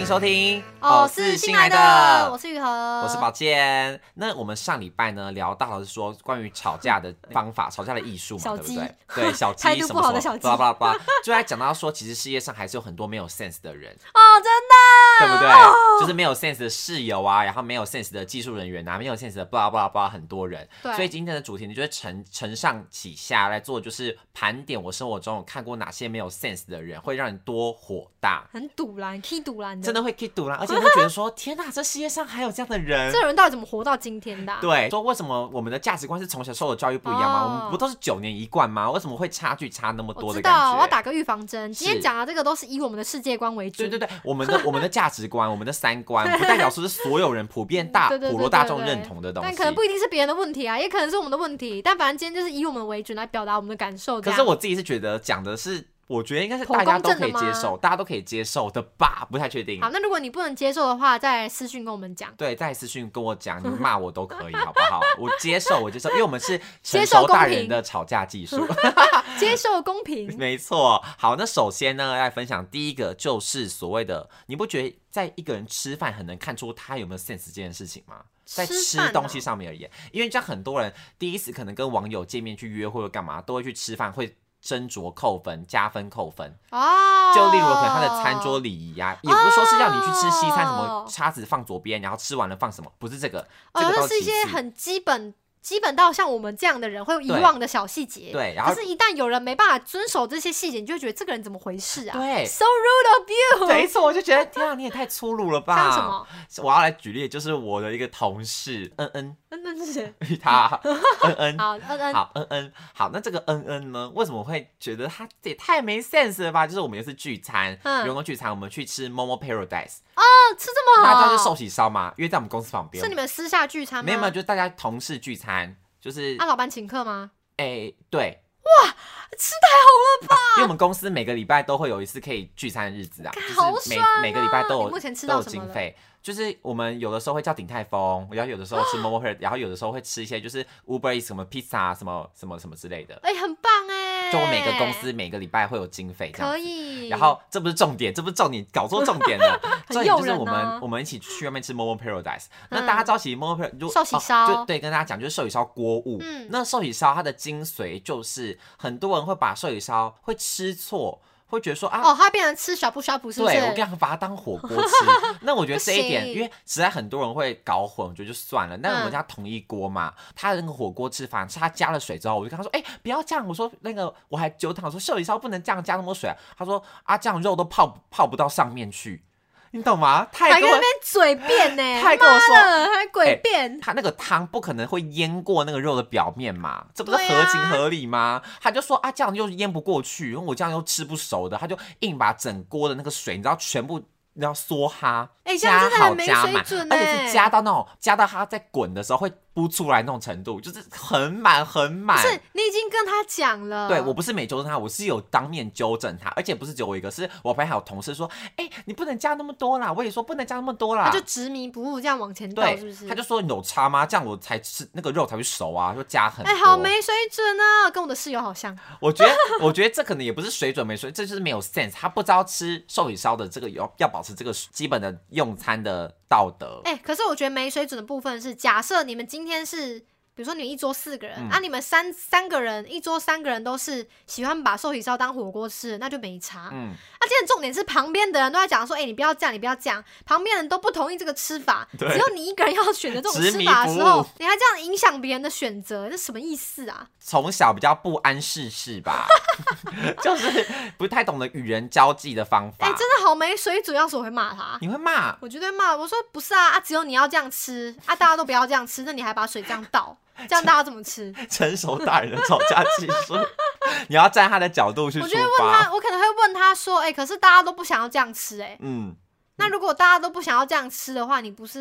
收听是新来的，我是玉和， 我是宝健。那我们上礼拜呢聊到的是说关于吵架的方法，吵架的艺术嘛，对不对？对，小鸡态度不好的小鸡， 巴拉巴拉，就在讲到说，其实世界上还是有很多没有 sense 的人真的，对不对？就是没有 sense 的室友啊，然后没有 sense 的技术人员啊，没有 sense 的巴拉巴拉巴拉很多人。所以今天的主题呢，就是承上启下来做，就是盘点我生活中有看过哪些没有 sense 的人，会让你多火大， 很堵啦，气堵啦， 真的会气堵啦，而且会觉得说，天哪，这世界上还有这样的人， 这人到底怎么活到今天的？ 对，说为什么我们的价值观是从小受的教育不一样吗？我们不都是9年一贯吗？为什么会差距差那么多的感觉？ 我知道，我要打个预防针。今天讲的这个都是以我们的世界观为主。 对，我们的价值观，我们的三观，不代表说是所有人普罗大众认同的东西。 但可能不一定是别人的问题啊，也可能是我们的问题。但反正今天就是以我们为准来表达我们的感受。 可是我自己是觉得讲的是。我觉得应该是大家都可以接受，大家都可以接受的吧，不太确定。 好，那如果你不能接受的话，再来私讯跟我们讲。 对，再来私讯跟我讲，你骂我都可以，好不好？我接受，因为我们是成熟大人的吵架技术， 接受公平， 没错。好，那首先呢，来分享第一个就是所谓的，你不觉得在一个人吃饭很能看出他有没有 sense 这件事情吗？在吃东西上面而言，因为像很多人第一次可能跟网友见面去约会或干嘛，都会去吃饭会。斟酌扣分，加分扣分哦。就例如可能他的餐桌礼仪啊，也不是说是要你去吃西餐，什么叉子放左边，然后吃完了放什么，不是这个。 这是一些很基本到像我们这样的人会有遗忘的小细节。 对，然后可是，一旦有人没办法遵守这些细节，你就会觉得这个人怎么回事啊？ 对 ，so rude of you。 没错，我就觉得天啊，你也太粗鲁了吧？ 像什么？ 我要来举例，就是我的一个同事恩是谁？ 他恩好好，那这个恩呢，为什么会觉得他也太没 sense 了吧？就是我们有一次聚餐，员工聚餐，我们去吃 Momo Paradise。 吃这么好， 大家知道是寿喜烧吗？因为在我们公司旁边。 是你们私下聚餐吗？ 没有，就是大家同事聚餐，就是老板请客吗？ 对。 哇，吃太好了吧！ 因为我们公司每个礼拜都会有一次可以聚餐的日子啊，就是每个礼拜都有经费。就是我们有的时候会叫鼎泰丰，然后有的时候吃 Momo， 然后有的时候会吃一些就是 Uber Eats 什么披萨什么之类的。 很棒哎！ 就我每个公司每个礼拜会有经费这样子。 可以。 然后这不是重点，搞错重点了。重点就是我们一起去外面吃 Momo Paradise。那大家知道其实 Momo Paradise 寿喜烧， 就对，跟大家讲就是寿喜烧锅物。那寿喜烧它的精髓就是很多人会把寿喜烧会吃错。会觉得说它变成吃小布是不是？ 对，我跟他把它当火锅吃。那我觉得这一点，因为实在很多人会搞混，我觉得就算了。但我们家同一锅嘛，他的那个火锅吃法是他加了水之后，我就跟他说，不要这样。我说那个我还纠正，我说寿喜烧不能这样加那么多水啊。他说这样肉都泡不到上面去。你懂吗？ 还跟那边嘴辩呢， 他还跟我说， 还诡辩。 他那个汤不可能会淹过那个肉的表面嘛，这不是合情合理吗？他就说这样又淹不过去，因为我这样又吃不熟的，他就硬把整锅的那个水，你知道全部。要梭哈，加好加满，而且是加到它在滚的时候会扑出来那种程度，就是很满。不是，你已经跟他讲了。 对，我不是没纠正他，我是有当面纠正他，而且不是只有我一个，是我旁边还有同事说，你不能加那么多啦，我也说不能加那么多啦。 他就执迷不悟这样往前倒，是不是？ 他就说有差吗？这样我才吃那个肉才会熟啊，就加很多。 好没水准啊，跟我的室友好像。 我觉得这可能也不是水准没水准，这就是没有 sense。他不知道吃寿喜烧的这个要保持这个基本的用餐的道德。 可是我觉得没水准的部分是，假设你们今天是，比如说你们一桌4个人，你们三个人一桌3个人都是喜欢把寿喜烧当火锅吃，那就没差。今天重点是旁边的人都在讲说，你不要这样，你不要这样，旁边人都不同意这个吃法，只有你一个人要选择这种吃法的时候，你还这样影响别人的选择，这什么意思啊？ 从小比较不谙世事吧，就是不太懂得与人交际的方法。 真的好没水准，要是我会骂他。 你会骂？ 我绝对骂。我说不是啊，只有你要这样吃啊，大家都不要这样吃，那你还把水这样倒。这样大家怎么吃？ 成熟大人的吵架技术，你要站他的角度去出发。 我可能会问他说：“可是大家都不想要这样吃，那如果大家都不想要这样吃的话，你不是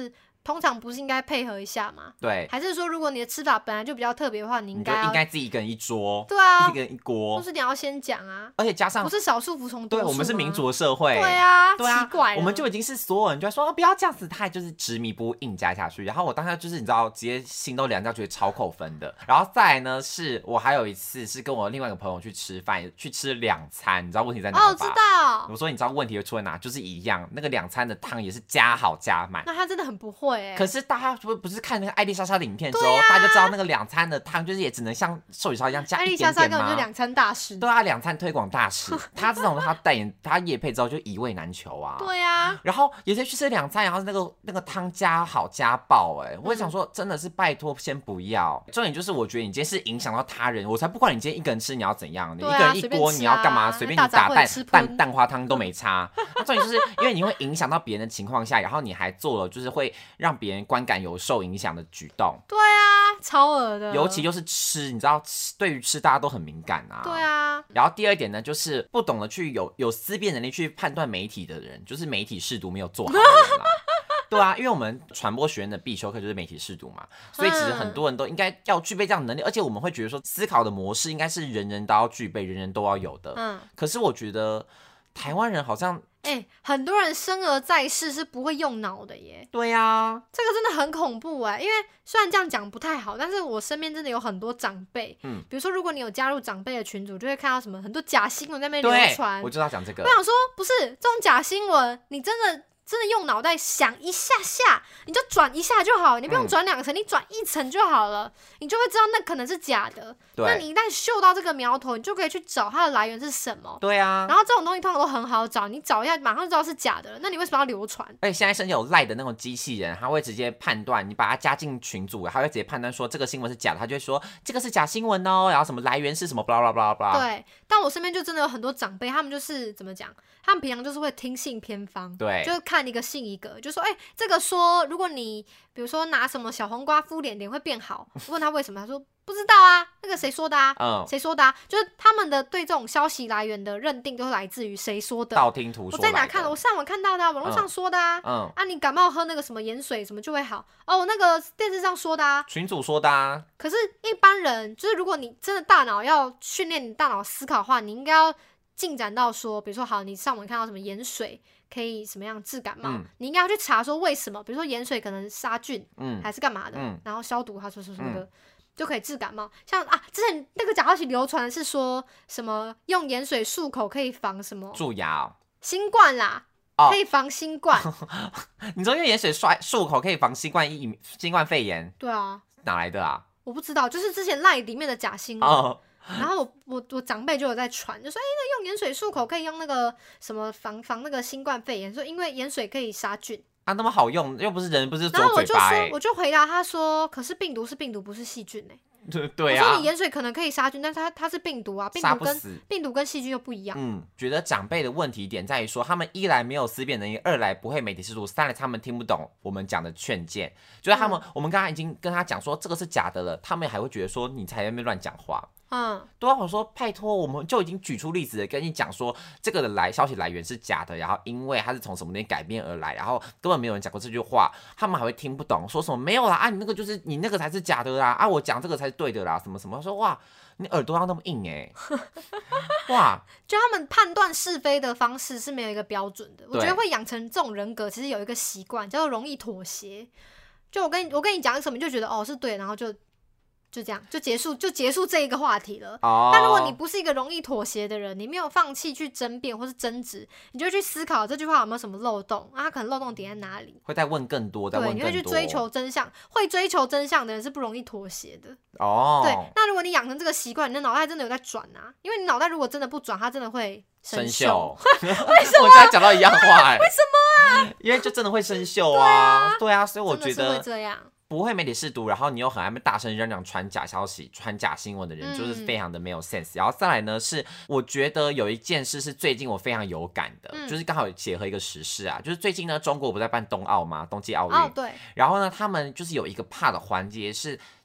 通常不是应该配合一下吗？ 对， 还是说如果你的吃法本来就比较特别的话，你应该自己一个人一桌， 对啊， 一个人一锅， 或是你要先讲啊， 而且加上不是少数服从多数吗？ 对，我们是民主的社会， 对啊， 对啊， 奇怪了， 我们就已经是所有人就在说不要这样子，他还就是执迷不悟硬加下去，然后我当下就是你知道直接心都凉掉，觉得超扣分的。然后再来呢，是我还有一次是跟我另外一个朋友去吃饭，去吃2餐，你知道问题在哪吗？ 哦，知道。 我说你知道问题会出在哪？就是一样，那个2餐的汤也是加好加满。 那他真的很不会可是大家不是看那个艾丽莎莎的影片之后，大家就知道那个2餐的汤就是也只能像寿喜烧一样加一点点吗？ 艾丽莎莎根本就2餐大师。 对啊，2餐推广大使。他这种他代言他业配之后就一味难求啊。 对啊。 然后也是去吃2餐，然后那个汤加好加爆我也想说真的是拜托先不要。重点就是我觉得你今天是影响到他人，我才不管你今天一个人吃你要怎样，你一个人一锅你要干嘛？随便你打蛋花汤都没差。重点就是因为你会影响到别人的情况下，然后你还做了就是会让别人观感有受影响的举动。 对啊，超恶的。 尤其就是吃，你知道对于吃大家都很敏感啊。 对啊。 然后第二点呢，就是不懂得去有思辨能力去判断媒体的人，就是媒体识读没有做好的人啦。对啊，因为我们传播学院的必修课就是媒体识读嘛，所以其实很多人都应该要具备这样的能力，而且我们会觉得说思考的模式应该是人人都要具备，人人都要有的。可是我觉得台湾人好像很多人生而在世是不会用脑的耶。 对啊， 这个真的很恐怖因为虽然这样讲不太好，但是我身边真的有很多长辈，比如说如果你有加入长辈的群组，就会看到什么很多假新闻在那边流传。 我就要讲这个。 我想说，不是这种假新闻，你真的用脑袋想一下下，你就转一下就好，你不用转2层，你转1层就好了，你就会知道那可能是假的。那你一旦嗅到这个苗头，你就可以去找它的来源是什么。 对啊。 然后这种东西通常都很好找，你找一下马上就知道是假的了，那你为什么要流传？ 而且现在甚至有赖的那种机器人，他会直接判断，你把它加进群组，他会直接判断说这个新闻是假的，他就会说这个是假新闻哦，然后什么来源是什么 blah blah blah blah。 对，但我身边就真的有很多长辈，他们就是怎么讲？他们平常就是会听信偏方， 对， 就是看一个信一个，就说这个说如果你比如说拿什么小黄瓜敷脸，脸会变好。问他为什么，他说不知道啊，那个谁说的啊？谁说的啊？就是他们的对这种消息来源的认定都是来自于谁说的， 道听途说。 我在哪看的？我上网看到的啊，网络上说的啊。你感冒喝那个什么盐水什么就会好哦，那个电视上说的啊， 群主说的啊。 可是一般人就是如果你真的大脑要训练你大脑思考的话，你应该要进展到说，比如说好，你上网看到什么盐水可以什么样治感冒，你应该要去查说为什么，比如说盐水可能杀菌，还是干嘛的，然后消毒，他说什么的。就可以治感冒。像之前那个假消息流传的是说什么用盐水漱口可以防什么蛀牙新冠啦，可以防新冠。 你说用盐水漱口可以防新冠肺炎？ 对啊， 哪来的啊？ 我不知道，就是之前 LINE 里面的假新闻。然后我长辈就有在传，就说那用盐水漱口可以用那个什么防那个新冠肺炎，说因为盐水可以杀菌。那么好用，又不是人，不是左嘴巴。 然后我就回答他说，可是病毒是病毒，不是细菌对啊。 我说你盐水可能可以杀菌，但是它是病毒啊，病毒跟细菌又不一样。 觉得长辈的问题点在于说，他们一来没有思辨能力，2来不会媒体识读，3来他们听不懂我们讲的劝谏。就是他们，我们刚刚已经跟他讲说这个是假的了，他们还会觉得说你才在那边乱讲话。对啊，我说拜托，我们就已经举出例子了，跟你讲说这个的消息来源是假的，然后因为它是从什么东西改变而来，然后根本没有人讲过这句话，他们还会听不懂，说什么没有啦你那个就是你那个才是假的啦我讲这个才是对的啦，什么什么，说哇你耳朵要那么硬哇， 就他们判断是非的方式是没有一个标准的。我觉得会养成这种人格，其实有一个习惯叫做容易妥协。就我跟你讲什么，你就觉得是对，然后就这样就结束这一个话题了。但如果你不是一个容易妥协的人，你没有放弃去争辩或是争执，你就去思考这句话有没有什么漏洞它可能漏洞点在哪里， 会再问更多， 对，你会去追求真相。会追求真相的人是不容易妥协的。对，那如果你养成这个习惯，你的脑袋真的有在转因为你脑袋如果真的不转，它真的会生锈。为什么？ 我刚才讲到一样话为什么因为就真的会生锈对啊，所以我觉得会这样。 不会媒体识读，然后你又很爱大声嚷嚷传假消息、传假新闻的人，就是非常的没有 sense。然后再来呢，是我觉得有一件事是最近我非常有感的，就是刚好结合一个时事就是最近呢，中国不在办冬奥吗？冬季奥运。 对。 然后呢，他们就是有一个怕的环节是，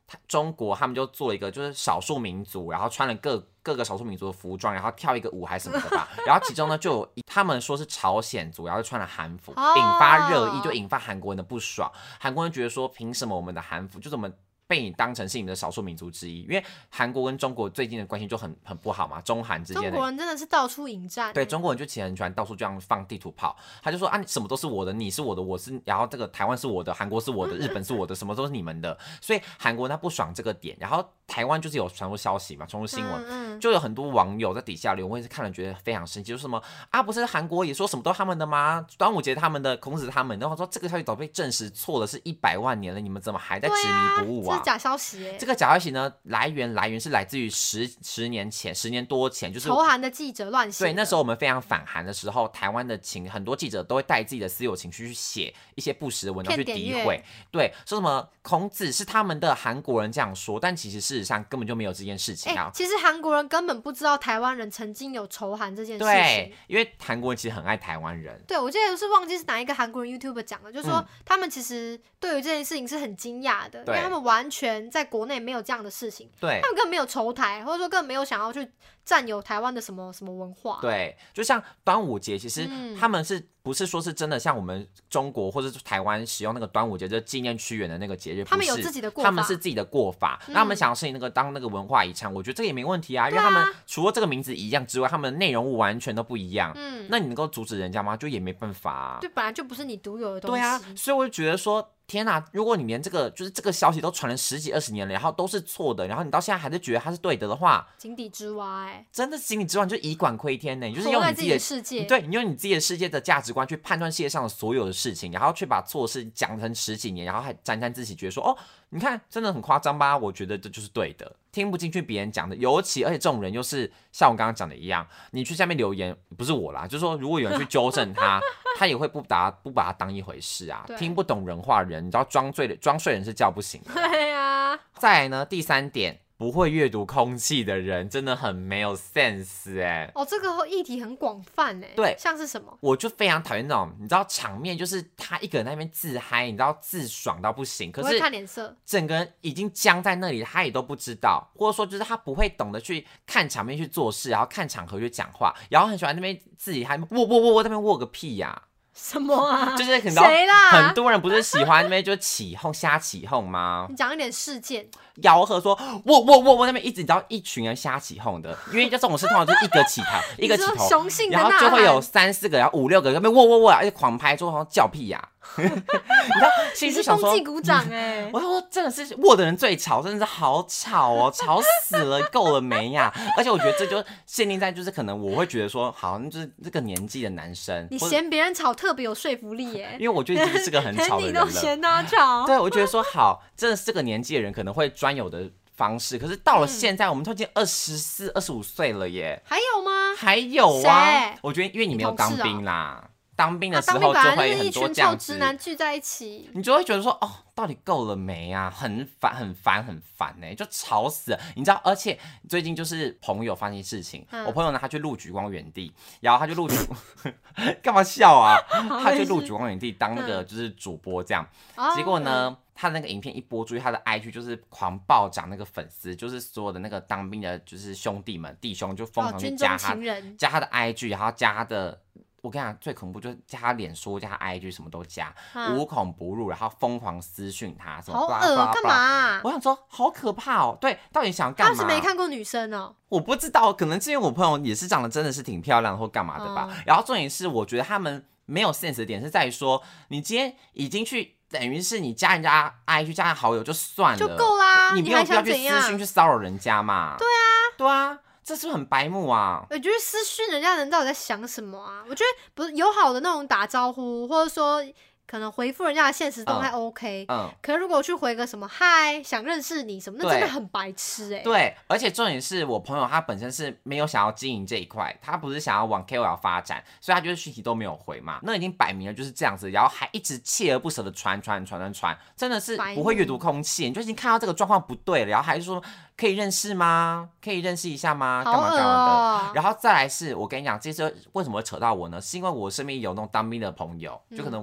中国他们就做了一个就是少数民族，然后穿了各个少数民族的服装，然后跳一个舞还是什么的吧。然后其中呢就有他们说是朝鲜族，然后就穿了韩服，引发热议，就引发韩国人的不爽。韩国人觉得说，凭什么我们的韩服就是我们被你当成是你们的少数民族之一？因为韩国跟中国最近的关系就很不好嘛，中韩之间的。 中国人真的是到处引战。 对，中国人就其实很喜欢到处这样放地图炮，他就说啊，什么都是我的，你是我的，我是，然后这个台湾是我的，韩国是我的，日本是我的，什么都是你们的。所以韩国人他不爽这个点，然后台湾就是有传出消息嘛，传出新闻，就有很多网友在底下留言，我也是看了觉得非常生气，就是什么啊，不是韩国也说什么都他们的吗？端午节他们的，孔子他们，然后说这个消息早被证实错了，是100万年了，你们怎么还在执迷不悟啊？ 这是假消息耶。 这个假消息呢，来源是来自于10年前，10年多前，就是仇韩的记者乱写。 对，那时候我们非常反韩的时候，台湾的很多记者都会带自己的私有情绪去写一些不实的文章去诋毁，对，说什么孔子是他们的，韩国人这样说，但其实事实上根本就没有这件事情啊。 其实韩国人根本不知道台湾人曾经有仇韩这件事情。 对，因为韩国人其实很爱台湾人。 对，我记得是忘记是哪一个韩国人 YouTuber 讲的，就是说他们其实对于这件事情是很惊讶的，因为他们完全在国内没有这样的事情， 对， 他们根本没有仇台，或者说根本没有想要去占有台湾的什么什么文化。 对，就像端午节，其实他们是不是说是真的像我们中国或者台湾使用那个端午节，就是纪念屈原的那个节日， 他们有自己的过法， 他们是自己的过法，那他们想要申请那个当那个文化遗产，我觉得这个也没问题啊，因为他们除了这个名字一样之外，他们的内容物完全都不一样。那你能够阻止人家吗？就也没办法啊。 对，本来就不是你独有的东西。 对啊，所以我就觉得说，天哪！如果你连这个就是这个消息都传了10几20年了，然后都是错的，然后你到现在还是觉得它是对的话， 井底之蛙真的是井底之蛙，你就以管窥天呢。你就是用你自己的世界， 对，你用你自己的世界的价值观去判断世界上的所有的事情，然后却把错事讲成10几年，然后还沾沾自喜，觉得说哦，你看真的很夸张吧？我觉得这就是对的，听不进去别人讲的，而且这种人又是像我刚刚讲的一样，你去下面留言，不是我啦，就是说如果有人去纠正他，他也会不把他当一回事啊，听不懂人话人，你知道装睡人是叫不醒的。 对呀。 再来呢，第3点。不会阅读空气的人真的很没有 sense 这个议题很广泛对， 像是什么？ 我就非常讨厌那种，你知道场面就是他一个人在那边自嗨，你知道自爽到不行，可是看脸色， 整个人已经僵在那里，他也都不知道，或者说就是他不会懂得去看场面去做事，然后看场合去讲话，然后很喜欢那边自己还握那边握个屁呀。 什么啊？ 就是很多人不是喜欢那边就瞎起哄吗？ 你讲一点事件， 吆喝说我那边一直到一群人瞎起哄的，因为这种事通常就是一个起头， 雄性的然后就会有3、4个，然后5、6个那边握，而且狂拍，说好像叫屁呀。你知道，其实想说， 风纪鼓掌我说真的是握的人最吵，真的是好吵哦，吵死了，够了没呀？而且我觉得这就限定在就是可能我会觉得说，好像就是这个年纪的男生， 你嫌别人吵特别有说服力耶， 因为我就已经是个很吵的人了， 你都嫌他吵， 对，我觉得说好，真的是这个年纪的人可能会专有的方式，可是到了现在，我们都已经24、25岁了耶， 还有吗？ 还有啊，我觉得因为你没有当兵啦。当兵的时候就会很多这样子， 直男聚在一起， 你就会觉得说，哦，到底够了没啊？很烦就吵死了，你知道？而且最近就是朋友发生事情，我朋友呢，他去录莒光园地，然后他就录干嘛笑啊？他去录莒光园地当那个就是主播这样，结果呢？他的那个影片一播出去，他的 IG 就是狂暴涨那个粉丝，就是所有的那个当兵的，就是弟兄就疯狂去加他的 IG， 然后加他的。我跟你讲，最恐怖就是加他脸书、加他 IG， 什么都加，无孔不入，然后疯狂私讯他，什么好恶，干嘛？ 我想说，好可怕哦！对，到底想干嘛？ 他是没看过女生哦， 我不知道，可能是因为我朋友也是长得真的是挺漂亮的，或干嘛的吧。然后重点是，我觉得他们没有 sense 的点是在于说，你今天已经去。等于是你加人家 IG 加好友就算了， 就够啦， 你没有必要去私讯去骚扰人家嘛？对啊，这是不是很白目啊？ 我觉得私讯人家人到底在想什么啊？我觉得不是友好的那种打招呼，或者说可能回复人家的现实动态 OK，可是如果去回个什么嗨，想认识你什么，那真的很白痴对，而且重点是我朋友他本身是没有想要经营这一块，他不是想要往 KOL 发展，所以他就是讯息都没有回嘛。那已经摆明了就是这样子，然后还一直锲而不舍的传，真的是不会阅读空气。你就已经看到这个状况不对了，然后还是说可以认识吗？可以认识一下吗？干嘛的？然后再来是我跟你讲，这次为什么会扯到我呢？是因为我身边有那种当兵的朋友，就可能我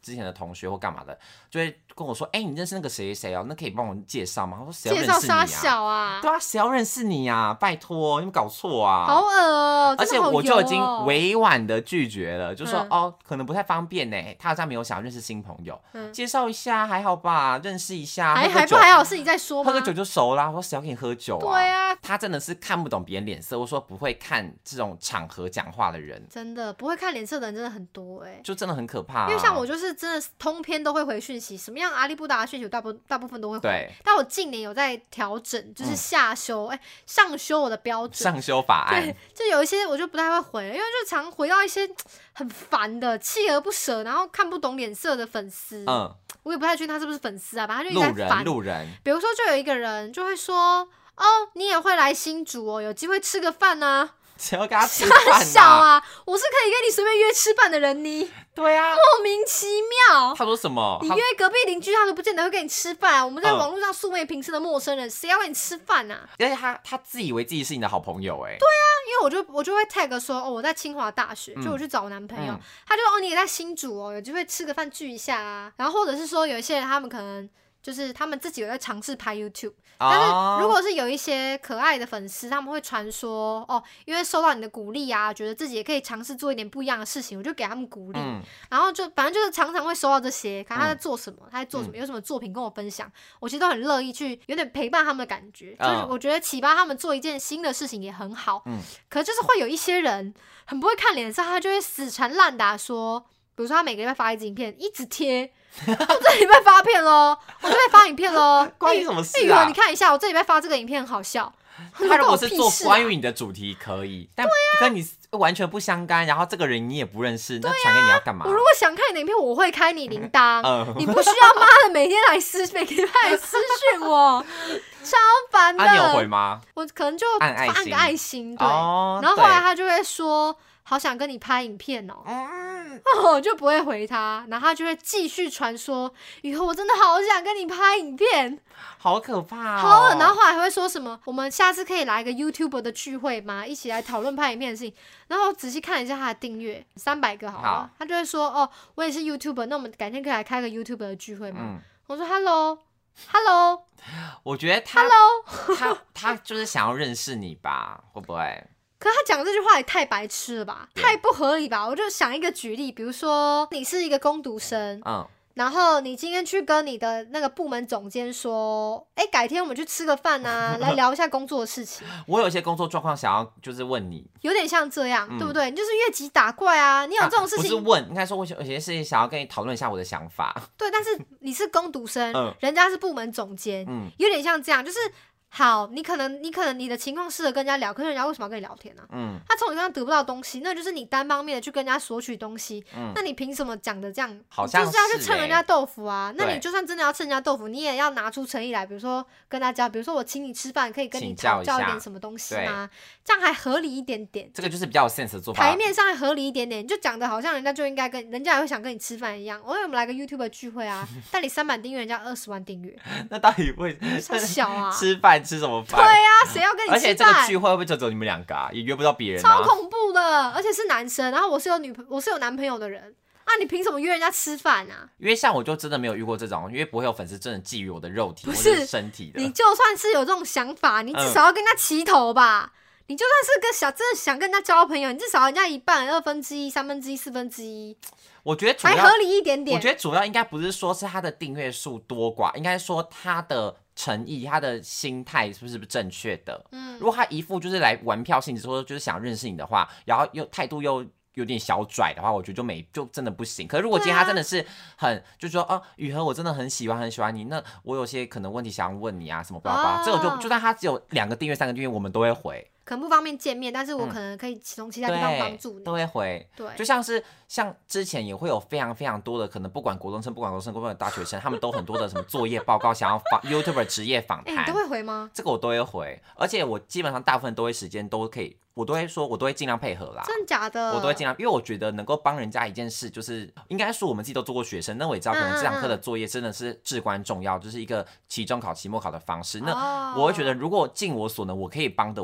之前的同学或干嘛的，就会跟我说，你认识那个谁谁哦，那可以帮我介绍吗？我说谁要认识你啊？ 介绍小啊？ 对啊，谁要认识你啊？拜托，你们搞错啊！ 好恶哦， 而且我就已经委婉的拒绝了，就说可能不太方便呢，他好像没有想认识新朋友，介绍一下还好吧，认识一下， 还好是你在说吗？ 喝个酒就熟啦。我说谁要跟你喝酒啊？ 对啊， 他真的是看不懂别人脸色，我说不会看这种场合讲话的人， 真的不会看脸色的人真的很多就真的很可怕。 因为像我就是真的通篇都会回讯息，什么样阿里不达的讯息我大部分都会回。 对， 但我近年有在调整，就是上修我的标准， 上修法案。 对，就有一些我就不太会回，因为就常回到一些很烦的、锲而不舍，然后看不懂脸色的粉丝。我也不太确定他是不是粉丝啊，反正他就一直在烦路人。 比如说，就有一个人就会说：“你也会来新竹哦，有机会吃个饭啊。” 谁要跟他吃饭啊？ 小啊！我是可以跟你随便约吃饭的人你。 对啊， 莫名其妙。 他说什么？ 你约隔壁邻居，他都不见得会跟你吃饭啊。我们在网络上素昧平生的陌生人，谁要跟你吃饭啊？ 而且他自以为自己是你的好朋友对啊，因为我就会 tag 说我在清华大学，就我去找我男朋友，他就你也在新竹有机会吃个饭聚一下啊。然后或者是说有一些人他们可能。就是他们自己有在尝试拍 YouTube， 但是如果是有一些可爱的粉丝，他们会传说因为受到你的鼓励啊，觉得自己也可以尝试做一点不一样的事情，我就给他们鼓励，然后就反正就是常常会收到这些，看他在做什么，有什么作品跟我分享，我其实都很乐意去有点陪伴他们的感觉，就是我觉得启发他们做一件新的事情也很好，可是就是会有一些人很不会看脸色，他就会死缠烂打说，比如说他每个礼拜发一支影片，一直贴。我这礼拜发片咯，我这礼拜发影片咯。 关你什么事啊？ 你看一下，我这礼拜发这个影片很好笑。 他如果是做关于你的主题可以，但跟你完全不相干，然后这个人你也不认识，那传给你要干嘛？ 我如果想看你的影片，我会开你铃铛，你不需要妈的每天来每个礼拜来私讯我，超烦的。 你有回吗？ 我可能就按个爱心，对。然后后来他就会说。好想跟你拍影片我就不会回他，然后他就会继续传说，以后我真的好想跟你拍影片， 好可怕好，然后后来还会说什么，我们下次可以来一个 YouTuber 的聚会吗？一起来讨论拍影片的事情。然后我仔细看了一下他的订阅300个好了，他就会说我也是 YouTuber， 那我们改天可以来开个 YouTuber 的聚会吗？我说 Hello， 我觉得他就是想要认识你吧，会不会？ 可是他讲这句话也太白痴了吧，太不合理吧？我就想一个举例，比如说你是一个工读生，然后你今天去跟你的那个部门总监说，改天我们去吃个饭啊，来聊一下工作的事情。 我有一些工作状况想要就是问你， 有点像这样，对不对？你就是越级打怪啊！你有这种事情， 不是问，应该说我有些事情想要跟你讨论一下我的想法。 对，但是你是工读生，人家是部门总监，有点像这样，就是。好，你可能你的情况适合跟人家聊，可是人家为什么要跟你聊天呢？他从你身上得不到东西，那就是你单方面的去跟人家索取东西。那你凭什么讲的这样？ 好像就是要去蹭人家豆腐啊！那你就算真的要蹭人家豆腐，你也要拿出诚意来，比如说跟他交，比如说我请你吃饭，可以跟你讨教一点什么东西吗？这样还合理一点点。 这个就是比较有 sense 的做法。 台面上还合理一点点，你就讲的好像人家就应该人家也会想跟你吃饭一样。我们来个 YouTube 聚会啊，但你300订阅，人家20万订阅， 那到底会小啊？ 吃饭吃什么饭？ 对啊，谁要跟你吃饭？ 而且这个聚会会不会就只有你们2个啊？也约不到别人超恐怖的，而且是男生，然后我是有男朋友的人啊，你凭什么约人家吃饭啊？ 因为像我就真的没有遇过这种，因为不会有粉丝真的觊觎我的肉体或者身体的。 你就算是有这种想法，你至少要跟他齐头吧。你就算是真的想跟他交朋友，你至少人家1半、1/2、1/3、1/4。 我觉得还合理一点点。 我觉得主要应该不是说是他的订阅数多寡，应该说他的诚意、他的心态是不是正确的。如果他一副就是来玩票性质，说就是想认识你的话，然后又态度又有点小拽的话，我觉得就真的不行。可是如果今天他真的是就是说雨禾我真的很喜欢你，那我有些可能问题想要问你啊什么巴拉巴拉，这个就算他只有2个订阅3个订阅，我们都会回。 可能不方便见面，但是我可能可以从其他地方帮助你， 都会回。对，就像之前也会有非常非常多的可能，不管国中生、不管大学生，他们都很多的什么作业报告，想要YouTuber 职业访谈， 你都会回吗？ 这个我都会回，而且我基本上大部分时间都可以。我都会尽量配合啦。 真的假的？ 我都会尽量，因为我觉得能够帮人家一件事，就是应该说我们自己都做过学生，那我也知道可能这堂课的作业真的是至关重要，就是一个期中考、期末考的方式。那我会觉得，如果尽我所能，我可以帮的，我就会尽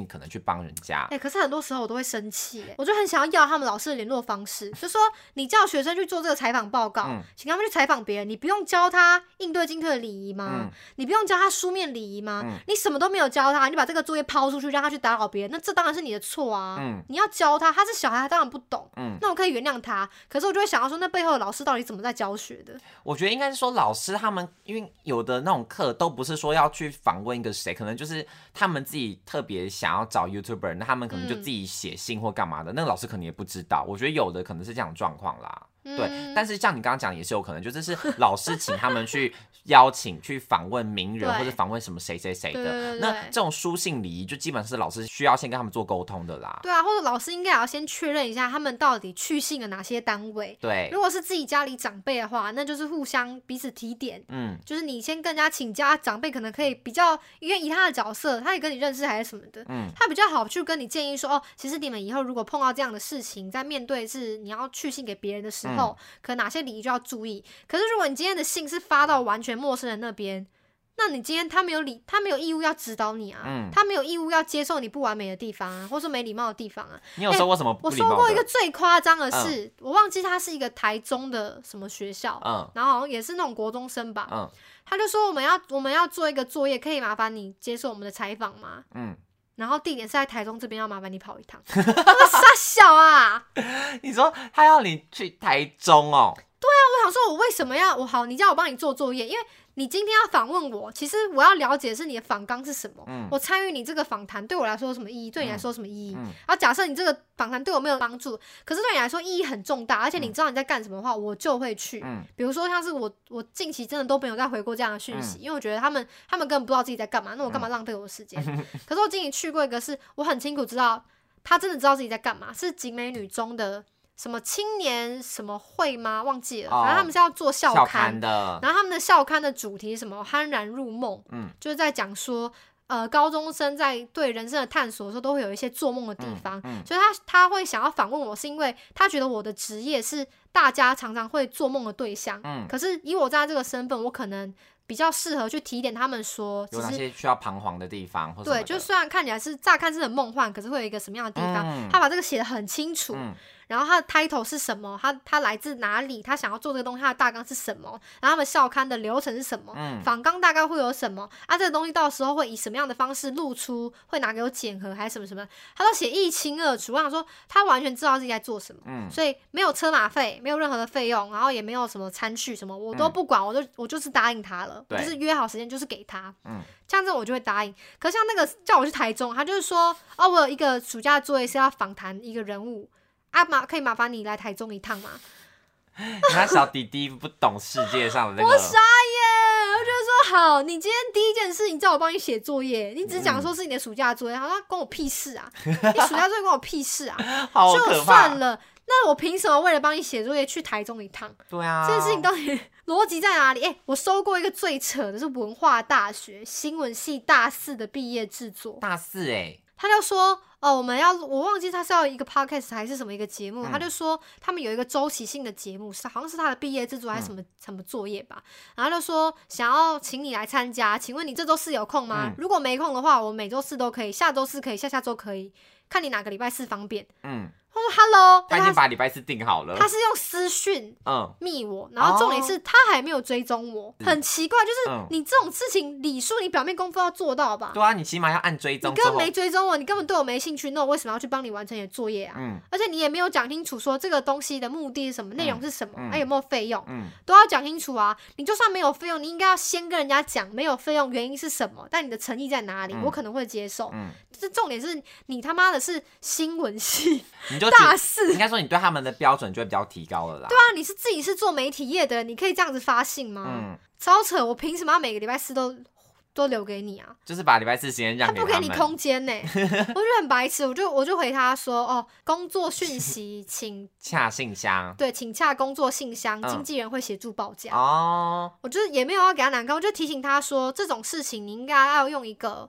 尽可能去帮人家。 可是很多时候我都会生气，我就很想要他们老师的联络方式，就说你叫学生去做这个采访报告，请他们去采访别人，你不用教他应对进退的礼仪吗？你不用教他书面礼仪吗？你什么都没有教他，你把这个作业抛出去让他去打扰别人，那这当然是你的错啊。你要教他，他是小孩，他当然不懂，那我可以原谅他。可是我就会想要说，那背后的老师到底怎么在教学的？ 我觉得应该是说老师他们，因为有的那种课都不是说要去访问一个谁，可能就是他们自己特别想要找 YouTuber， 那他们可能就自己写信或干嘛的，那个老师可能也不知道。我觉得有的可能是这样的状况啦。对，但是像你刚刚讲的也是有可能，就是老师请他们去邀请去访问名人或者访问什么谁谁谁的，那这种书信礼仪就基本上是老师需要先跟他们做沟通的啦。 对啊，或者老师应该也要先确认一下他们到底去信了哪些单位。 对， 如果是自己家里长辈的话，那就是互相彼此提点。就是你先跟人家请假，长辈可能可以比较，因为以他的角色，他也跟你认识还是什么的，他比较好去跟你建议说，其实你们以后如果碰到这样的事情，在面对是你要去信给别人的时候，可能哪些礼仪就要注意。可是如果你今天的信是发到完全陌生人那边，那你今天他没有义务要指导你啊，他没有义务要接受你不完美的地方啊，或者说没礼貌的地方啊。 你有收过什么不礼貌的？ 我收过一个最夸张的是，我忘记他是一个台中的什么学校，然后好像也是那种国中生吧，他就说我们要做一个作业，可以麻烦你接受我们的采访吗？然后地点是在台中这边，要麻烦你跑一趟。我傻小啊！ 你说他要你去台中哦？ 对啊，我想说，我为什么要好？你叫我帮你做作业，因为你今天要访问我，其实我要了解的是你的访纲是什么。我参与你这个访谈对我来说有什么意义？对你来说有什么意义？然后假设你这个访谈对我没有帮助，可是对你来说意义很重大，而且你知道你在干什么的话，我就会去。比如说像是我近期真的都没有再回过这样的讯息，因为我觉得他们根本不知道自己在干嘛，那我干嘛浪费我的时间？可是我近期去过一个是我很清楚知道他真的知道自己在干嘛，是景美女中的什么青年什么会吗？忘记了，反正他们是要做校刊的， 然后他们的校刊的主题是什么？酣然入梦，就是在讲说，高中生在对人生的探索的时候，都会有一些做梦的地方，所以他会想要访问我，是因为他觉得我的职业是大家常常会做梦的对象，可是以我在这个身份，我可能比较适合去提点他们说， 有哪些需要彷徨的地方，或对，就虽然看起来是乍看是很梦幻，可是会有一个什么样的地方，他把这个写得很清楚。然后他的 title 是什么？他来自哪里？他想要做这个东西，他的大纲是什么？然后他们校刊的流程是什么？访纲大概会有什么？这个东西到时候会以什么样的方式露出？会拿给我检核还是什么什么？他都写一清二楚。我想说，他完全知道自己在做什么，所以没有车马费，没有任何的费用，然后也没有什么餐具什么，我都不管，我就是答应他了，就是约好时间就是给他。像这种我就会答应。可是像那个叫我去台中，他就是说，我有一个暑假作业是要访谈一个人物。可以麻烦你来台中一趟吗？ 那小弟弟不懂世界上的那个， 我傻眼，我就说好，你今天第一件事情叫我帮你写作业，你只讲说是你的暑假作业，他说关我屁事啊！你暑假作业关我屁事啊！ 好可怕。 就算了，那我凭什么为了帮你写作业去台中一趟？ 对啊， 这件事情到底逻辑在哪里？我收过一个最扯的是文化大学新闻系大4的毕业制作， 大4 他就说我忘记他是要一个 podcast 还是什么一个节目，他就说他们有一个周期性的节目，好像是他的毕业制作还是什么作业吧，然后就说想要请你来参加，请问你这周4有空吗？如果没空的话，我每周4都可以，下周4可以，下周可以，看你哪个礼拜4方便。他说 Hello， 他已经把礼拜4定好了。 他是用私讯密我，然后重点是他还没有追踪我，很奇怪，就是你这种事情，礼数你表面功夫要做到吧？ 对啊，你起码要按追踪。 你根本没追踪我，你根本对我没兴趣，那我为什么要去帮你完成你的作业啊？而且你也没有讲清楚说这个东西的目的是什么，内容是什么，有没有费用，都要讲清楚啊！你就算没有费用，你应该要先跟人家讲没有费用原因是什么，但你的诚意在哪里，我可能会接受。这重点是你他妈的是新闻系， 你就大4， 应该说你对他们的标准就会比较提高了啦。 对啊，你是自己是做媒体业的人，你可以这样子发信吗？超扯！我凭什么要每个礼拜4都留给你啊？ 就是把礼拜4时间让给他们， 他不给你空间呢，我觉得很白痴。我就回他说工作讯息请洽信箱， 对，请洽工作信箱，经纪人会协助报价。 我就是也没有要给他难堪，我就提醒他说这种事情你应该要用一个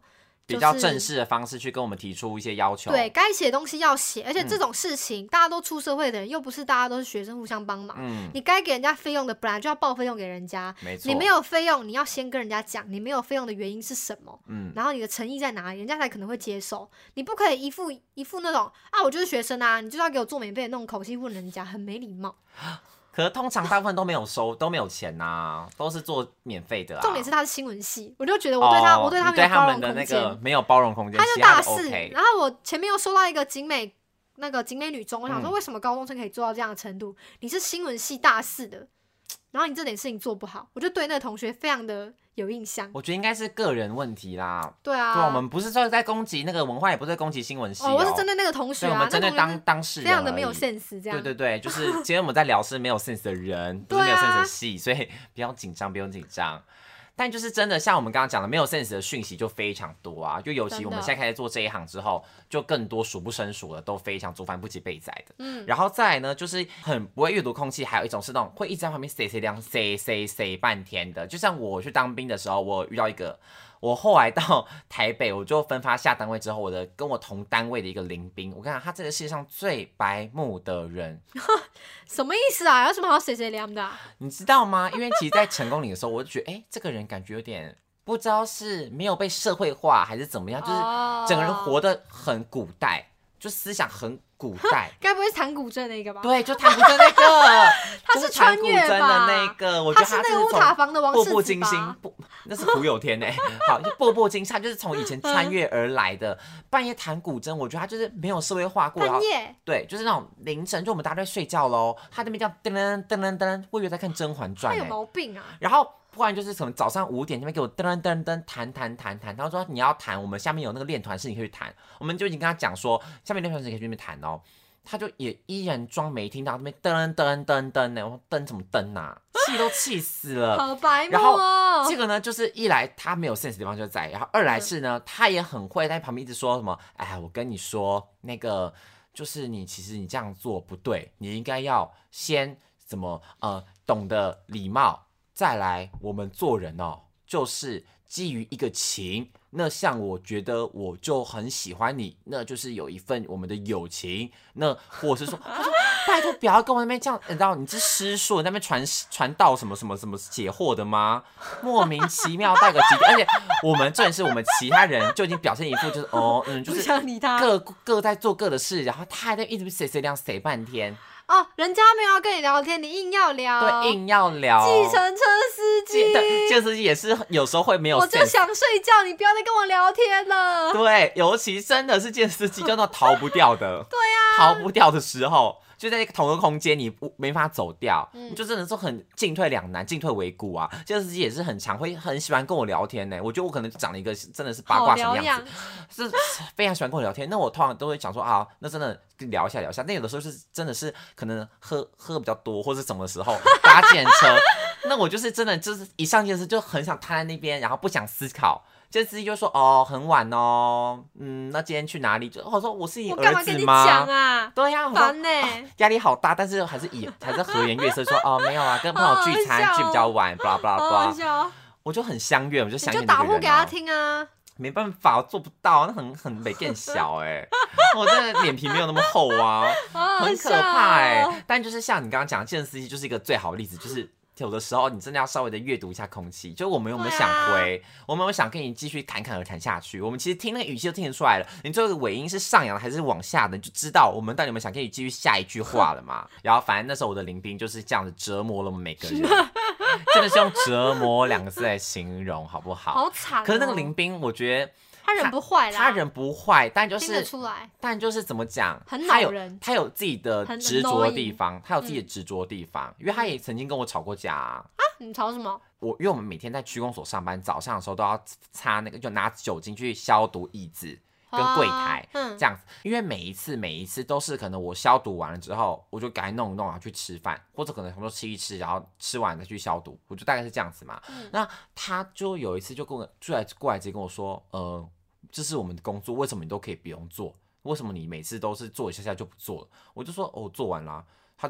比较正式的方式去跟我们提出一些要求。 对，该写的东西要写，而且这种事情、大家都出社会的人，又不是大家都是学生互相帮忙。你该给人家费用的，本来就要报费用给人家。 没错， 你没有费用，你要先跟人家讲，你没有费用的原因是什么？然后你的诚意在哪里，人家才可能会接受。你不可以一副那种我就是学生啊，你就要给我做免费的那种口气问人家，很没礼貌。 可是通常大部分都没有收，都没有钱呐，都是做免费的啊。 重点是他是新闻系，我就觉得我对他没有包容空间， 没有包容空间。 他就大四，然后我前面又收到一个景美女中，我想说为什么高中生可以做到这样的程度？你是新闻系大四的，然后你这点事情做不好，我就对那个同学非常的有印象。 我觉得应该是个人问题啦。 对啊， 对，我们不是说在攻击那个文化，也不是在攻击新闻系我是针对那个同学啊， 我们针对当事人， 非常的没有 sense 这样。 对，就是今天我们在聊是没有 sense 的人，不是没有 sense 的系，所以不用紧张。但就是真的，像我们刚刚讲的，没有 sense 的讯息就非常多啊！就尤其我们现在开始做这一行之后，就更多数不胜数了，都非常族繁不及备载的。然后再来呢，就是很不会阅读空气，还有一种是那种会一直在旁边塞半天的。就像我去当兵的时候，我遇到一个。我后来到台北，我就分发下单位之后，跟我同单位的一个林兵，我跟你讲，他这个世界上最白目的人。 什么意思啊？有什么好谁凉的你知道吗？因为其实，在成功岭的时候，我就觉得，这个人感觉有点不知道是没有被社会化还是怎么样，就是整个人活得很古代，就思想很古代。 该不会是弹古筝那个吧？ 对，就弹古筝那个， 他是穿越吧？ 的那个，我觉得他是那个乌塔房的王世子吧？ 步步惊心，那是胡有天好，步步惊心，他就是从以前穿越而来的。半夜弹古筝，我觉得他就是没有社会化过。 半夜， 对，就是那种凌晨，就我们大家都在睡觉喽，他那边这样噔噔噔噔噔，我以为在看《甄嬛传》。 他有毛病啊！ 然后不然就是从早上5点那边给我噔噔噔噔弹，他说你要弹，我们下面有那个练团室，你可以弹。我们就已经跟他讲说，下面练团室你可以去那边弹哦。他就也依然装没听到，那边噔噔噔噔呢，我说噔什么噔啊，气都气死了。 好白目哦。 然后这个呢，就是一来他没有 sense 的地方就在，然后二来是呢，他也很会在旁边一直说什么，我跟你说那个就是其实你这样做不对，你应该要先怎么懂得礼貌，再来我们做人就是基于一个情。那像我觉得我就很喜欢你，那就是有一份我们的友情。那或者是说，他说拜托不要跟我那边这样，你知道你是师叔，那边传道什么什么什么解惑的吗？莫名其妙到个极点，而且我们重点是我们其他人就已经表现一副就是就是各在做各的事，然后他还在一直谁谁半天。 人家没有要跟你聊天，你硬要聊。 对，硬要聊。 计程车司机， 计程司机也是有时候会没有 sense。 我就想睡觉，你不要再跟我聊天了。 对，尤其真的是计程司机，叫做逃不掉的。 对啊， 逃不掉的时候，就在同一个空间，你没法走掉，你就真的是很进退两难，进退维谷啊。计程司机也是很喜欢跟我聊天呢。我觉得我可能长了一个真的是八卦什么样子，是非常喜欢跟我聊天。那我通常都会讲说那真的聊一下。但有的时候是真的是可能喝比较多，或是什么时候搭计程车，那我就是真的就是一上计程车就很想瘫在那边，然后不想思考。这司机就说很晚那今天去哪里？我说我是你儿子吗？我干嘛跟你讲啊？ 对呀， 烦呢， 压力好大，但是还是和颜悦色说没有啊，跟朋友聚餐聚比较晚，blah blah blah。我就很相悦，我就相悦那个人。 你就打呼给他听啊。 没办法，我做不到，那很没变小我真的脸皮没有那么厚啊，很可怕但就是像你刚刚讲的，计程司机就是一个最好的例子，就是有的时候你真的要稍微的阅读一下空气，就我们有没有想回，我们有没有想跟你继续侃侃而谈下去？我们其实听那个语气都听得出来了，你这个尾音是上扬的还是往下的，你就知道我们到底有没有想跟你继续下一句话了嘛。然后反正那时候我的林兵就是这样子折磨了我们每个人，真的是用折磨2个字来形容，好不好？ 好惨。 可是那个林兵，我觉得。 他人不坏啦， 他人不坏，但就是听得出来， 但就是怎么讲， 很恼人。 他有自己的执着的地方，因为他也曾经跟我吵过架你吵什么？ 因为我们每天在区公所上班，早上的时候都要擦那个，就拿酒精去消毒椅子跟柜台，这样子。因为每一次都是可能我消毒完了之后，我就赶紧弄然后去吃饭，或者可能很多吃一吃，然后吃完再去消毒，我就大概是这样子嘛。那他就有一次就过来直接跟我说，这是我们的工作，为什么你都可以不用做？为什么你每次都是做一下下就不做了？我就说做完了。他说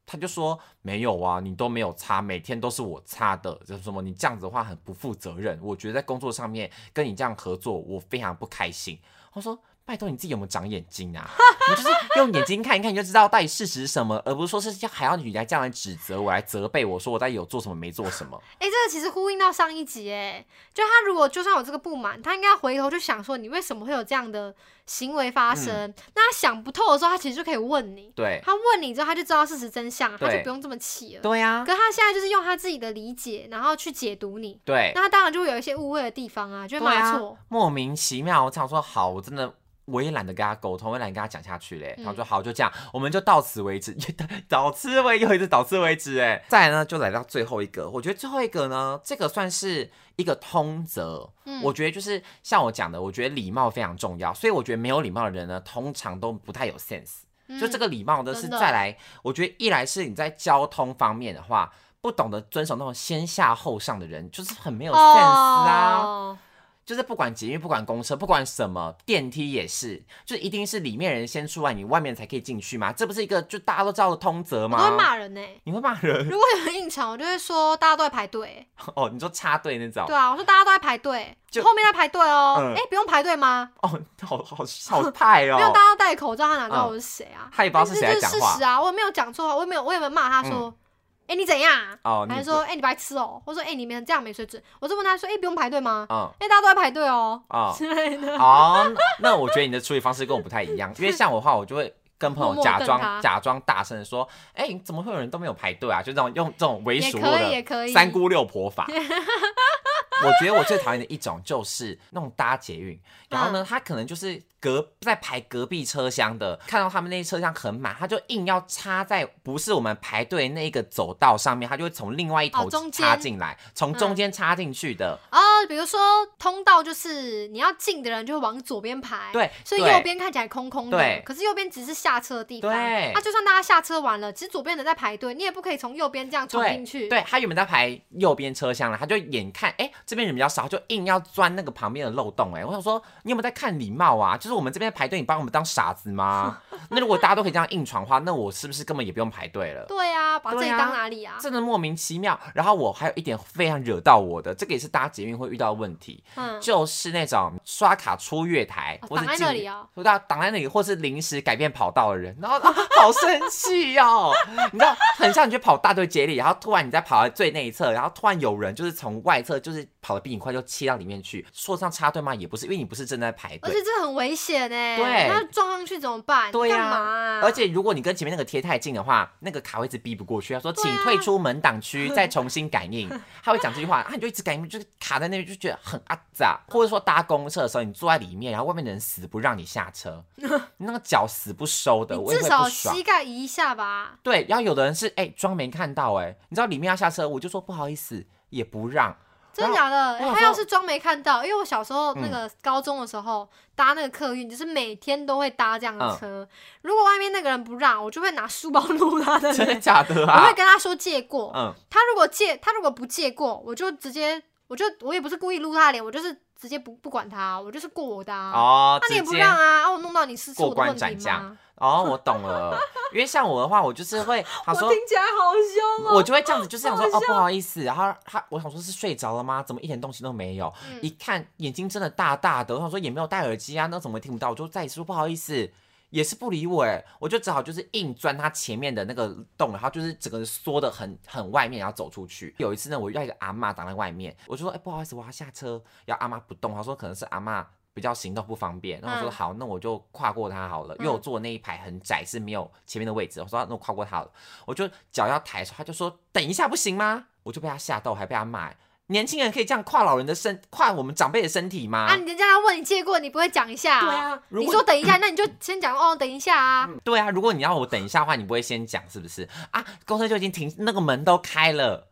他就说没有啊，你都没有擦，每天都是我擦的，就是什么你这样子的话很不负责任，我觉得在工作上面跟你这样合作，我非常不开心。我说拜托你自己有没有长眼睛啊？你就是用眼睛看一看，你就知道到底事实是什么，而不是说是还要你来这样来指责我，来责备我说我到底有做什么没做什么。 这个其实呼应到上一集就他如果就算有这个不满，他应该回头就想说你为什么会有这样的行为发生。那他想不透的时候，他其实就可以问你。 对， 他问你之后，他就知道事实真相，他就不用这么气了。 对啊， 可是他现在就是用他自己的理解，然后去解读你。 对， 那他当然就会有一些误会的地方啊，就会骂错， 莫名其妙。我想说好，我真的。我也懒得跟他沟通，我也懒得跟他讲下去嘞。然后说好，就这样，我们就到此为止，到此为止再来呢，就来到最后一个，我觉得最后一个呢，这个算是一个通则。我觉得就是像我讲的，我觉得礼貌非常重要，所以我觉得没有礼貌的人呢，通常都不太有 sense。就这个礼貌的是再来，我觉得一来是你在交通方面的话，不懂得遵守那种先下后上的人，就是很没有 sense 啊。就是不管捷运、不管公车、不管什么电梯也是，就一定是里面人先出来，你外面才可以进去吗？这不是一个就大家都知道的通则吗？ 我都会骂人你会骂人？ 如果有人硬闯，我就会说大家都在排队。 哦，你说插队那种？ 对啊，我说大家都在排队，后面在排队哦。不用排队吗？ 哦，好派哦。 没有，大家都戴口罩，他哪知道我是谁啊？ 他也不知道是谁在讲话。 这是事实啊，我也没有讲错话，我也没有骂他说。你怎样？还是说你白痴哦？或者说你们这样没水准？我就问他说不用排队吗？大家都在排队哦。之类的。 好，那我觉得你的处理方式跟我不太一样，因为像我的话，我就会跟朋友假装大声的说，怎么会有人都没有排队啊？就这种用这种为数落的三姑六婆法。我觉得我最讨厌的一种就是那种搭捷运，然后呢，他可能就是在排隔壁车厢的，看到他们那些车厢很满，他就硬要插在不是我们排队那个走道上面，他就会从另外一头插进来，从中间插进去的。 比如说通道就是你要进的人就会往左边排， 对， 所以右边看起来空空的，对，可是右边只是下车的地方，对，就算大家下车完了，其实左边人在排队，你也不可以从右边这样冲进去。 对，他原本在排右边车厢了，他就眼看这边人比较少，就硬要钻那个旁边的漏洞。我想说，你有没有在看礼貌啊？就是我们这边排队，你把我们当傻子吗？那如果大家都可以这样硬闯的话，那我是不是根本也不用排队了？ 对啊，把自己当哪里啊？ 真的莫名其妙。然后我还有一点非常惹到我的，这个也是搭捷运会遇到的问题，就是那种刷卡出月台，或是挡在那里啊， 挡在那里，或是临时改变跑道的人，然后好生气哦！你知道，很像你去跑大队接力，然后突然你在跑到最内侧，然后突然有人就是从外侧就是跑得比你快，就切到里面去，说上插队吗？也不是，因为你不是正在排队， 而且这很危险对， 他撞上去怎么办？对呀，干嘛？ 而且如果你跟前面那个贴太近的话，那个卡会一直逼不过去。他说：“请退出门挡区，再重新感应。”他会讲这句话，你就一直感应，就是卡在那边，就觉得很阿杂。或者说搭公车的时候，你坐在里面，然后外面的人死不让你下车，你那个脚死不收的，我也会不爽。 至少膝盖移一下吧。 对，然后有的人是装没看到你知道里面要下车，我就说不好意思，也不让。 真的假的？他要是装没看到，因为我小时候那个高中的时候搭那个客运，就是每天都会搭这样的车。如果外面那个人不让，我就会拿书包撸他的脸。 真的假的啊？ 我会跟他说借过。他如果不借过，我就直接，我也不是故意撸他的脸，我就是直接不管他，我就是过我的啊。那你也不让啊？我弄到你是我的问题吗？ 我懂了，因为像我的话，我就是会，他说我听起来好凶哦， 我就会这样子，就是想说不好意思，然后我想说是睡着了吗？怎么一点东西都没有？一看眼睛真的大大的，我想说也没有戴耳机啊，那怎么会听不到？我就再一次说不好意思，也是不理我我就只好就是硬钻他前面的那个洞，然后就是整个缩的很外面，然后走出去。有一次呢，我遇到一个阿嬷挡在外面，我就说不好意思，我要下车，然后阿嬷不动，他说可能是阿嬷比较行动不方便，然后我说好，那我就跨过他好了，因为我坐的那一排很窄，是没有前面的位置。我说那我跨过他了，我就脚要抬的时候，他就说等一下不行吗？我就被他吓到，还被他骂。年轻人可以这样跨跨我们长辈的身体吗？ 人家要问你借过，你不会讲一下？ 对啊， 你说等一下，那你就先讲等一下啊。 对啊，如果你要我等一下的话，你不会先讲是不是？公车就已经停，那个门都开了。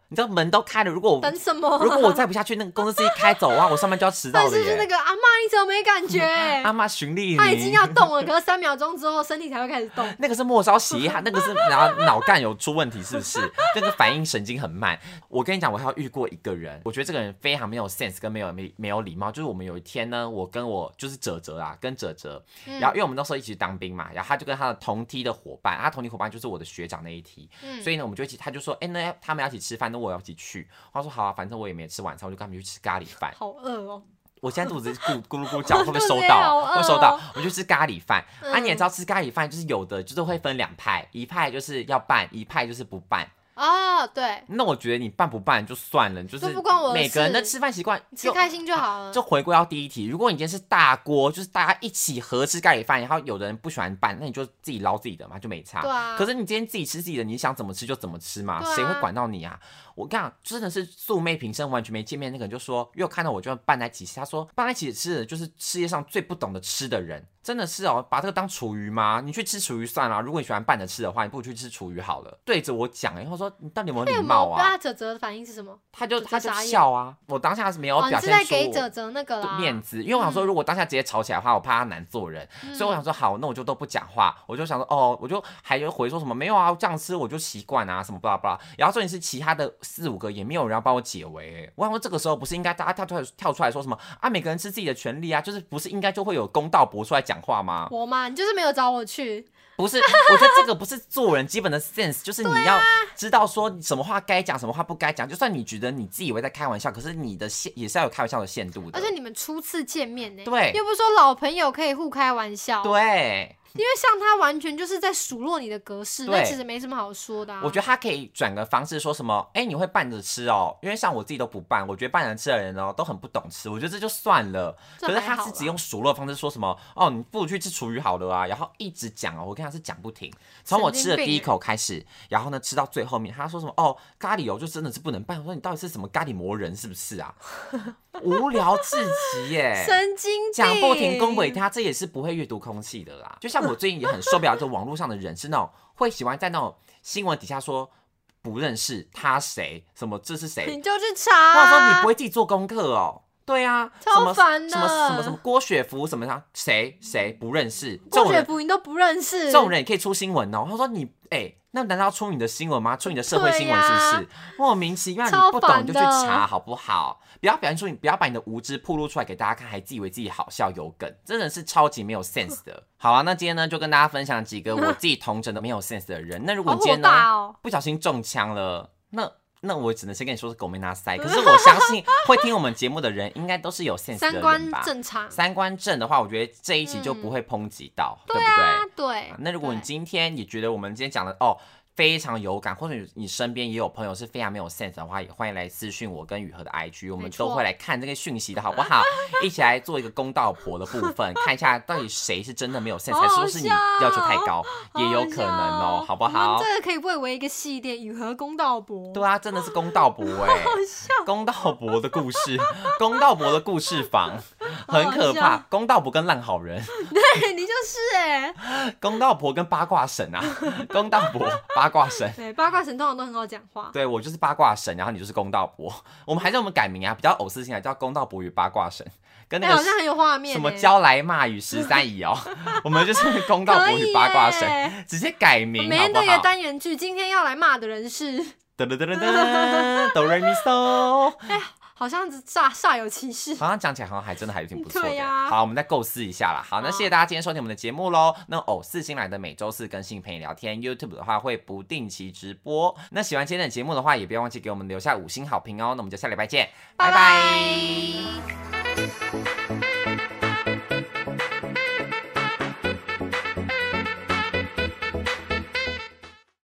你知道门都开了，如果等什么、啊？ 如果我再不下去，那个公车司机开走哇，我上班就要迟到了耶。 但是那个阿嬷，你怎么没感觉？ 阿嬷循例， 她已经要动了，可是3秒钟之后身体才会开始动。 那个是末梢血液，那个是脑干有出问题是不是？那个反应神经很慢。我跟你讲，我还有遇过一个人，我觉得这个人非常没有 sense 跟没有礼貌。就是我们有一天呢，我就是哲哲啊，跟哲哲，然后因为我们那时候一起去当兵嘛，然后他就跟他的同梯的伙伴，他同梯伙伴就是我的学长那一梯，所以呢我们就一起，他就说，那他们要一起吃饭，那我要一起去。他说好啊，反正我也没吃晚餐，我就跟他们去吃咖喱饭。 好饿哦！ 我现在肚子咕噜咕噜叫，会不会收到？会收到。我就吃咖喱饭。你也知道吃咖喱饭就是有的就是会分2派，一派就是要拌，一派就是不拌。 哦，对。 那我觉得你拌不拌就算了，就是每个人的吃饭习惯， 吃开心就好了。 就回归到第一题，如果你今天是大锅，就是大家一起合吃咖喱饭，然后有的人不喜欢拌，那你就自己捞自己的嘛，就没差。 对啊。 可是你今天自己吃自己的，你想怎么吃就怎么吃嘛，谁会管到你啊？我跟你讲，真的是素昧平生，完全没见面那个人就说，因为我看到我就拌在一起吃，他说拌在一起吃的就是世界上最不懂得吃的人。真的是哦，把这个当厨余吗？你去吃厨余算了。如果你喜欢拌着吃的话，你不如去吃厨余好了。对着我讲，然后说你到底有没有礼貌啊？ 那哲哲的反应是什么？ 他就笑啊。我当下是没有表现出你是在给哲哲那个啦面子，因为我想说，如果当下直接吵起来的话，我怕他难做人，所以我想说好，那我就都不讲话。我就想说哦，我就还回说什么没有啊，这样吃我就习惯啊，什么巴拉巴拉。然后重点是其他的4、5个也没有人要帮我解围。我想说这个时候不是应该大家跳出来说什么啊？每个人吃自己的权利啊，就是不是应该就会有公道伯出来讲话吗？ 我吗？你就是没有找我去。 不是，我觉得这个不是做人基本的 sense， 就是你要知道说什么话该讲，什么话不该讲。就算你觉得你自以为在开玩笑，可是你的也是要有开玩笑的限度的。 而且你们初次见面呢， 对， 又不是说老朋友可以互开玩笑。 对。 因为像他完全就是在数落你的格式，那其实没什么好说的啊。 我觉得他可以转个方式说什么，你会拌着吃哦，因为像我自己都不拌，我觉得拌着吃的人哦都很不懂吃，我觉得这就算了。可是他是只用数落的方式说什么，你不如去吃厨余好了啊，然后一直讲哦，我跟他是讲不停。从我吃的第一口开始，然后呢吃到最后面，他说什么咖喱就真的是不能拌。我说你到底是什么咖喱魔人是不是啊？无聊至极耶， 神经病， 讲不停恭维他，这也是不会阅读空气的啦。就像我最近也很受不了，这网络上的人是那种会喜欢在那种新闻底下说不认识他谁，什么这是谁， 你就去查。 或者说你不会自己做功课哦。对啊， 超烦的， 什么郭雪芙什么的，谁不认识？ 郭雪芙你都不认识， 这种人也可以出新闻哦。他说你那难道要出你的新闻吗？出你的社会新闻是不是？莫名其妙，你不懂就去查好不好？不要表现出不要把你的无知暴露出来给大家看，还自以为自己好笑有梗，真的是超级没有 sense 的。好啊，那今天呢就跟大家分享几个我自己同整的没有 sense 的人。那如果你今天呢不小心中枪了，那我只能先跟你说是狗没拿塞，可是我相信会听我们节目的人应该都是有 sense 的人吧。 三观正常， 三观正的话，我觉得这一集就不会抨击到，对不对？对。 那如果你今天也觉得我们今天讲的非常有感，或者你身边也有朋友是非常没有 sense 的话，也欢迎来私讯我跟雨禾的 IG， 我们都会来看这个讯息的好不好？一起来做一个公道婆的部分，看一下到底谁是真的没有 sense， 还是不是你要求太高，也有可能哦，好不好？ 这个可以蔚为一个系列，雨禾公道婆。 对啊，真的是公道婆公道婆的故事，公道婆的故事房很可怕，公道婆跟烂好人， 对你就是公道婆跟八卦神啊，公道婆八卦神， 对，八卦神通常都很好讲话。 对，我就是八卦神，然后你就是公道婆。我们还是我们改名啊，比较偶私性来叫公道婆与八卦神，跟那个好像很有画面。 什么娇来骂与13姨哦，我们就是公道婆与八卦神，直接改名好不好？ 每天都有单元剧，今天要来骂的人是哆来咪嗦。 好像煞有其事， 好像讲起来好像还真的还挺不错的。 对啊， 好，我们再构思一下啦。好，那谢谢大家今天收听我们的节目喽。那4新来的每周4更新陪你聊天 ，YouTube 的话会不定期直播。那喜欢今天的节目的话，也不要忘记给我们留下5星好评哦。那我们就下礼拜见，拜拜。